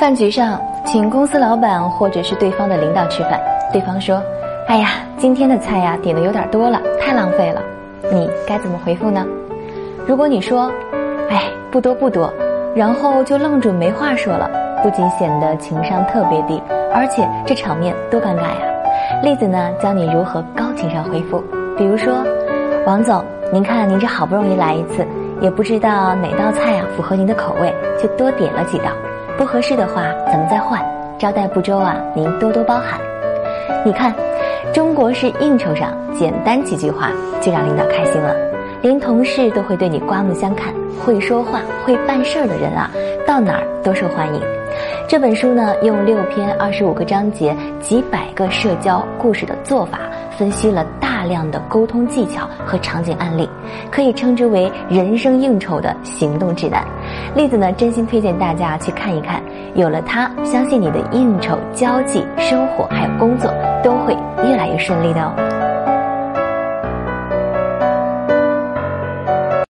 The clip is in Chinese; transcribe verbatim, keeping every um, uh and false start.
饭局上，请公司老板或者是对方的领导吃饭，对方说：哎呀，今天的菜呀点的有点多了，太浪费了。你该怎么回复呢？如果你说哎，不多不多，然后就愣住没话说了，不仅显得情商特别低，而且这场面多尴尬呀。例子呢，教你如何高情商回复。比如说，王总，您看您这好不容易来一次，也不知道哪道菜啊符合您的口味，就多点了几道，不合适的话咱们再换，招待不周啊您多多包涵。你看，中国式应酬上简单几句话就让领导开心了，连同事都会对你刮目相看。会说话会办事儿的人啊，到哪儿都受欢迎。这本书呢，用六篇二十五个章节几百个社交故事的做法，分析了大量的沟通技巧和场景案例，可以称之为人生应酬的行动指南。例子呢，真心推荐大家去看一看，有了它，相信你的应酬、交际、生活还有工作都会越来越顺利的哦。